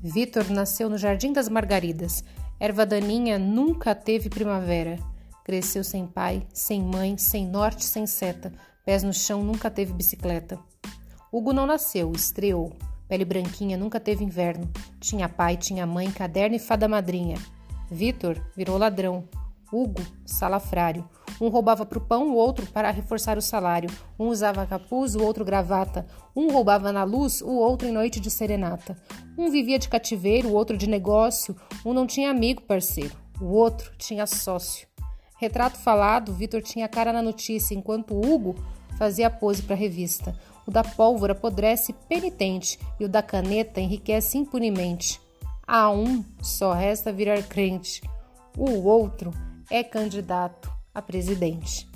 Vitor nasceu no Jardim das Margaridas. Erva daninha nunca teve primavera. Cresceu sem pai, sem mãe, sem norte, sem seta. Pés no chão, nunca teve bicicleta. Hugo não nasceu, estreou. Pele branquinha, nunca teve inverno. Tinha pai, tinha mãe, caderno e fada madrinha. Vitor virou ladrão. Hugo, salafrário. Um roubava pro pão, o outro para reforçar o salário. Um usava capuz, o outro gravata. Um roubava na luz, o outro em noite de serenata. Um vivia de cativeiro, o outro de negócio. Um não tinha amigo, parceiro. O outro tinha sócio. Retrato falado, Vitor tinha cara na notícia, enquanto Hugo fazia pose para a revista. O da pólvora apodrece penitente e o da caneta enriquece impunemente. A um só resta virar crente. O outro é candidato a presidente.